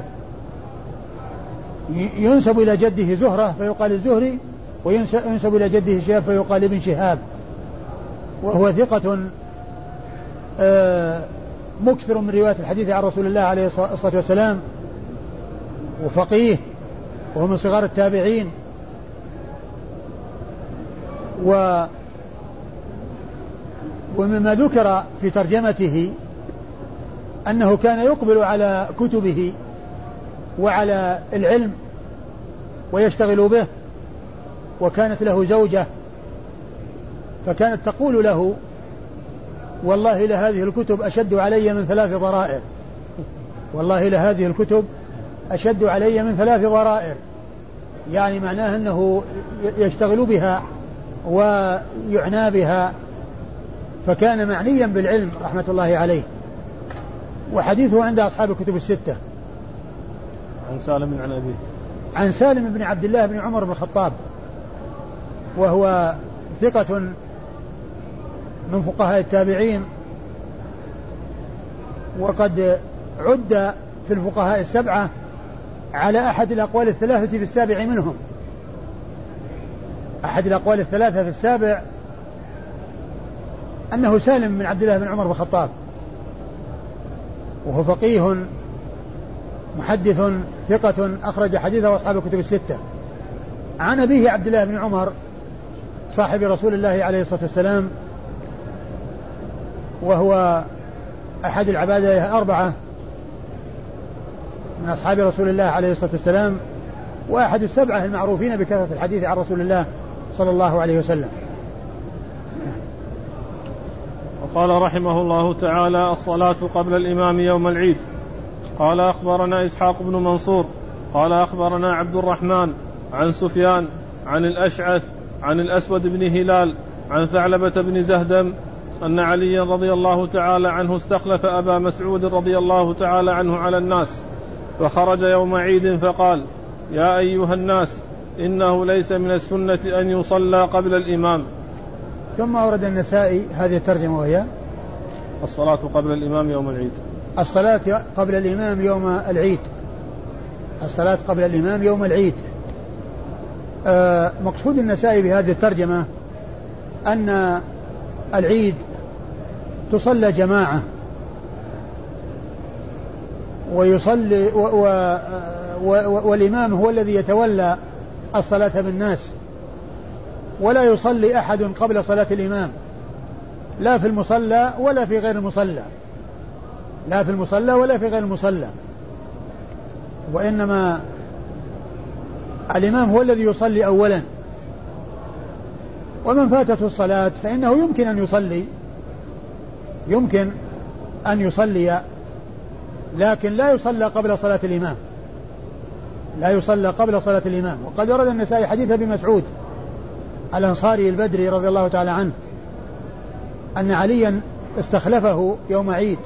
ينسب إلى جده زهرة فيقال الزهري، وينسب إلى جده شهاب فيقال ابن شهاب. وهو ثقة مكثر من رواية الحديث عن رسول الله عليه الصلاة والسلام، وفقيه، وهو من صغار التابعين. ومما ذكر في ترجمته أنه كان يقبل على كتبه وعلى العلم ويشتغل به، وكانت له زوجة فكانت تقول له والله لهذه الكتب أشد علي من 3 ضرائر، والله لهذه الكتب أشد علي من 3 ضرائر، يعني معناه أنه يشتغل بها ويعنى بها، فكان معنيا بالعلم رحمة الله عليه. وحديثه عند أصحاب الكتب الستة. عن سالم بن عبد الله بن عمر بن الخطاب، وهو ثقة من فقهاء التابعين، وقد عد في الفقهاء السبعة على أحد الأقوال الثلاثة في السابع منهم. أحد الأقوال الثلاثة في السابع أنه سالم بن عبد الله بن عمر بن الخطاب، وهو فقيه محدث ثقة أخرج حديثه وأصحاب الكتب الستة. عن أبيه عبد الله بن عمر صاحب رسول الله عليه الصلاة والسلام، وهو أحد العبادة 4 من أصحاب رسول الله عليه الصلاة والسلام، وأحد 7 المعروفين بكثرة الحديث عن رسول الله صلى الله عليه وسلم. وقال رحمه الله تعالى: الصلاة قبل الإمام يوم العيد. قال أخبرنا إسحاق بن منصور قال أخبرنا عبد الرحمن عن سفيان عن الأشعث عن الأسود بن هلال عن ثعلبة بن زهدم أن عليا رضي الله تعالى عنه استخلف أبا مسعود رضي الله تعالى عنه على الناس، فخرج يوم عيد فقال: يا أيها الناس، إنه ليس من السنة أن يصلى قبل الإمام. ثم أورد النسائي هذه الترجمة وهي: الصلاة قبل الإمام يوم العيد. الصلاة قبل الإمام يوم العيد. الصلاة قبل الإمام يوم العيد. مقصود النسائي بهذه الترجمة أن العيد تصلى جماعة، ويصلي والإمام هو الذي يتولى الصلاة بالناس، ولا يصلي أحد قبل صلاة الإمام، لا في المصلى ولا في غير المصلى، لا في المصلى ولا في غير المصلى، وإنما الإمام هو الذي يصلي أولا، ومن فاتته الصلاة فإنه يمكن أن يصلي لكن لا يصلى قبل صلاة الإمام. وقد ورد النسائي حديث ابن مسعود الأنصاري البدري رضي الله تعالى عنه أن عليا استخلفه يوم عيد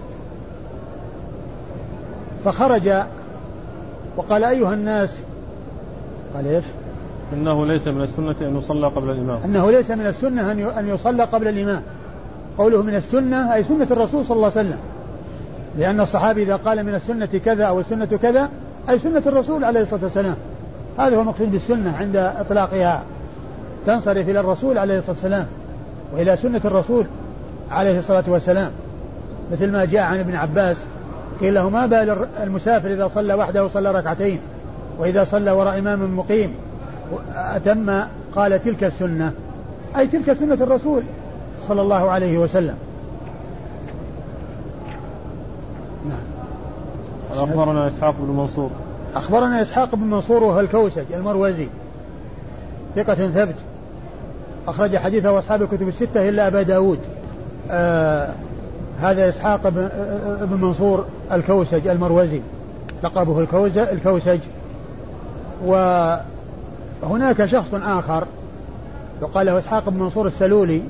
فخرج وقال أيها الناس، قال إيش؟ إنه ليس من السنة أن يصلى قبل الإمام، أنه ليس من السنة أن يصلى قبل الإمام. قوله من السنة أي سنة الرسول صلى الله عليه وسلم، لأن الصحابي إذا قال من السنة كذا أو السنة كذا أي سنة الرسول عليه الصلاة والسلام، هذا هو المقصود بالسنة عند إطلاقها، تنصرف إلى الرسول عليه الصلاة والسلام وإلى سنة الرسول عليه الصلاة والسلام، مثل ما جاء عن ابن عباس قيل له ما بال المسافر إذا صلى وحده صلى ركعتين وإذا صلى وراء إمام مقيم أتم، قال تلك السنة، أي تلك سنة الرسول صلى الله عليه وسلم. نعم. أخبرنا إسحاق بن منصور وهو الكوسج المروزي ثقة ثبت أخرج حديثه أصحاب الكتب الستة إلا أبا داود. هذا إسحاق بن منصور الكوسج المروزي لقبه الكوسج. وهناك شخص آخر يقال له إسحاق بن منصور السلولي،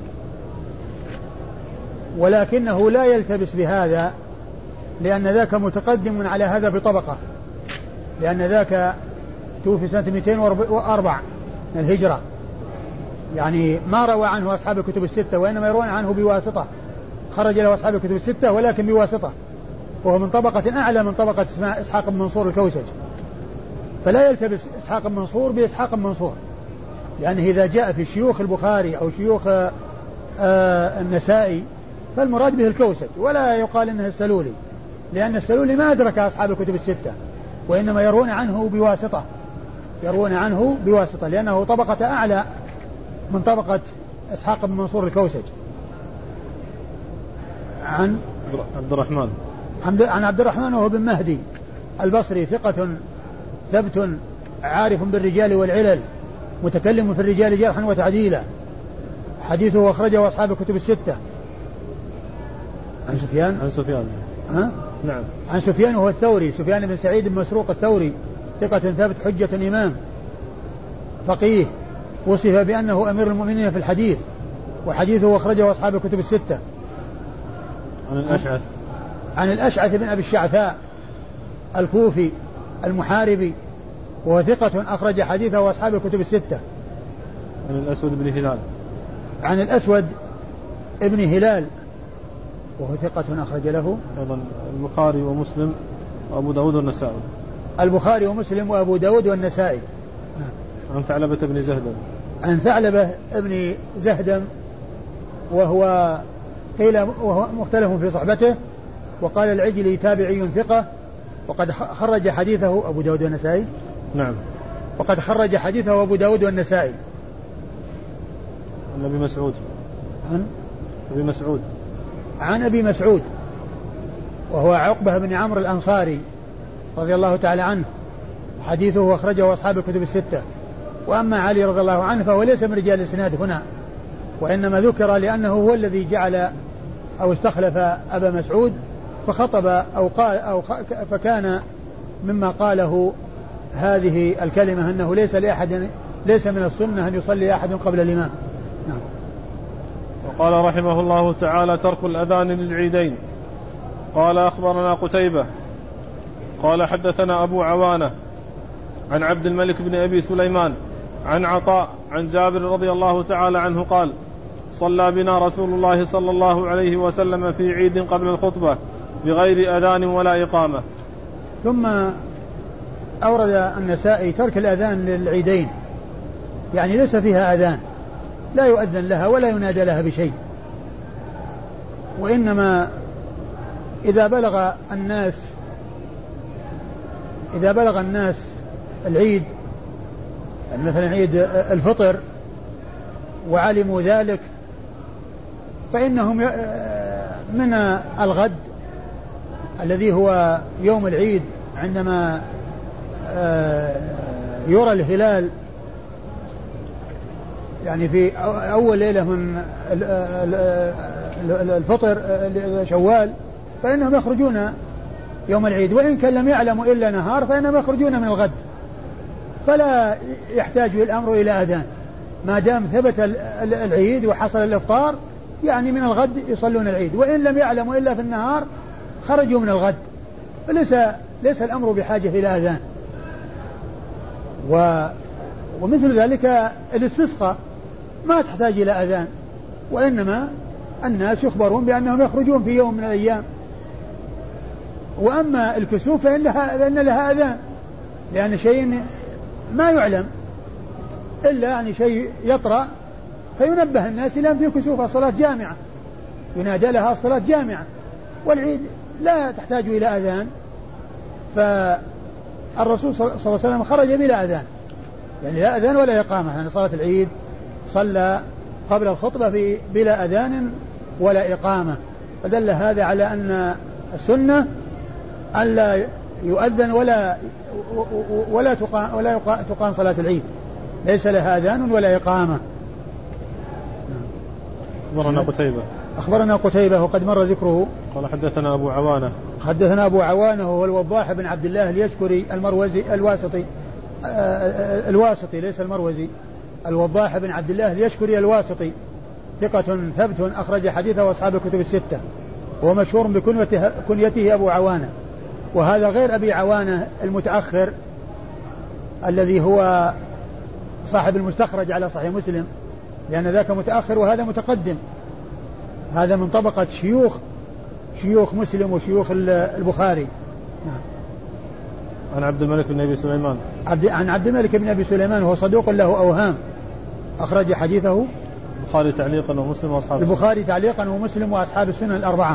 ولكنه لا يلتبس بهذا لأن ذاك متقدم على هذا بطبقة، لأن ذاك توفي سنة 204 من الهجرة، يعني ما روى عنه أصحاب الكتب الستة وإنما يروون عنه بواسطة، خرج له أصحاب الكتب الستة ولكن بواسطة، وهو من طبقة أعلى من طبقة اسمها إسحاق بن منصور الكوسج، فلا يلتبس إسحاق بن منصور بإسحاق بن منصور، لأنه إذا جاء في شيوخ البخاري أو شيوخ النسائي فالمراد به الكوسج، ولا يقال إنه السلولي، لأن السلولي ما أدرك أصحاب الكتب الستة وإنما يروون عنه بواسطة لأنه طبقة أعلى من طبقة إسحاق بن منصور الكوسج. عن عبد الرحمن وهو بن مهدي البصري ثقة ثبت عارف بالرجال والعلل متكلم في الرجال جرحا وتعديلا، حديثه أخرجه أصحاب الكتب الستة. عن سفيان نعم. عن سفيان وهو الثوري، سفيان بن سعيد بن مسروق الثوري ثقة ثبت حجة إمام فقيه، وصف بأنه أمير المؤمنين في الحديث، وحديثه أخرجه أصحاب الكتب الستة. عن الأشعث بن أبي الشعثاء الكوفي المحاربي وهو ثقة أخرج حديثه أصحاب الكتب الستة. عن الأسود بن هلال وهو ثقة أخرج له أيضا البخاري ومسلم وأبو داود والنسائي. البخاري ومسلم وأبو داود والنسائي. عن ثعلبة بن زهدم وهو قيل وهو مختلف في صحبته، وقال العجلي تابعي ثقة، وقد خرج حديثه أبو داود والنسائي. نعم. وقد خرج حديثه أبو داود والنسائي. عن أبي مسعود وهو عقبة بن عمرو الأنصاري رضي الله تعالى عنه، حديثه أخرجه أصحاب الكتب الستة. وأما علي رضي الله عنه فهو ليس من رجال الإسناد هنا، وإنما ذكر لأنه هو الذي جعل أو استخلف أبا مسعود فخطب أو قال فكان مما قاله هذه الكلمة أنه ليس من السنة أن يصلي أحد قبل الإمام. نعم. وقال رحمه الله تعالى ترك الأذان للعيدين. قال أخبرنا قتيبة قال حدثنا أبو عوانة عن عبد الملك بن أبي سليمان عن عطاء عن جابر رضي الله تعالى عنه قال صلى بنا رسول الله صلى الله عليه وسلم في عيد قبل الخطبة بغير أذان ولا إقامة. ثم أورد النسائي ترك الأذان للعيدين، يعني ليس فيها أذان، لا يؤذن لها ولا ينادى لها بشيء، وإنما إذا بلغ الناس العيد مثلا عيد الفطر وعلموا ذلك فإنهم من الغد الذي هو يوم العيد عندما يرى الهلال يعني في أول ليلة من الفطر شوال فإنهم يخرجون يوم العيد، وإن كان لم يعلموا إلا نهار فإنهم يخرجون من الغد، فلا يحتاج الأمر إلى أذان ما دام ثبت العيد وحصل الإفطار، يعني من الغد يصلون العيد، وإن لم يعلموا إلا في النهار خرجوا من الغد، فليس الأمر بحاجة إلى أذان. ومثل ذلك الاستسقاء ما تحتاج إلى أذان، وإنما الناس يخبرون بأنهم يخرجون في يوم من الأيام. وأما الكسوف فإن لها أذان، لأن شيء ما يعلم إلا يعني شيء يطرأ فينبه الناس إلى أن في كسوف صلاة جامعة، ينادى لها صلاة جامعة. والعيد لا تحتاج إلى أذان، فالرسول صلى الله عليه وسلم خرج بلا أذان، يعني لا أذان ولا إقامة، يعني صلاة العيد صلى قبل الخطبة بلا أذان ولا إقامة، فدل هذا على أن السنة ألا يؤذن ولا تقام صلاة العيد، ليس لها أذان ولا إقامة. أخبرنا قتيبة وقد مر ذكره. قال حدثنا أبو عوانة وهو الوضاح بن عبد الله اليشكري المروزي الواسطي ليس المروزي، الوضاح بن عبد الله اليشكري الواسطي ثقة ثبت أخرج حديثه أصحاب الكتب الستة، وهو مشهور بكنيته أبو عوانة، وهذا غير أبي عوانة المتأخر الذي هو صاحب المستخرج على صحيح مسلم، لأن ذاك متأخر وهذا متقدم، هذا من طبقة شيوخ مسلم وشيوخ البخاري. نعم. عن عبد الملك بن أبي سليمان عن عبد الملك بن أبي سليمان وهو صدوق له أوهام، أخرج حديثه البخاري تعليقا ومسلم وأصحاب البخاري تعليقا ومسلم وأصحاب السنن الأربعة.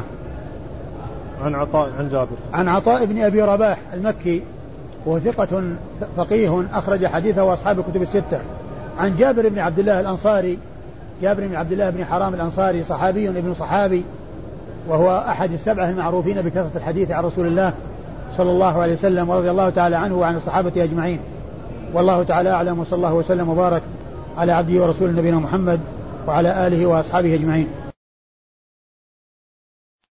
عن عطاء بن أبي رباح المكي وهو ثقة فقيه أخرج حديثه وأصحاب الكتب الستة. عن جابر بن عبد الله الأنصاري، جابر بن عبد الله بن حرام الأنصاري صحابي ابن صحابي، وهو أحد السبعة المعروفين بكثرة الحديث عن رسول الله صلى الله عليه وسلم، ورضي الله تعالى عنه وعن الصحابة أجمعين. والله تعالى أعلم، وصلى الله وسلم وبارك على عبده ورسوله نبينا محمد وعلى آله وأصحابه أجمعين.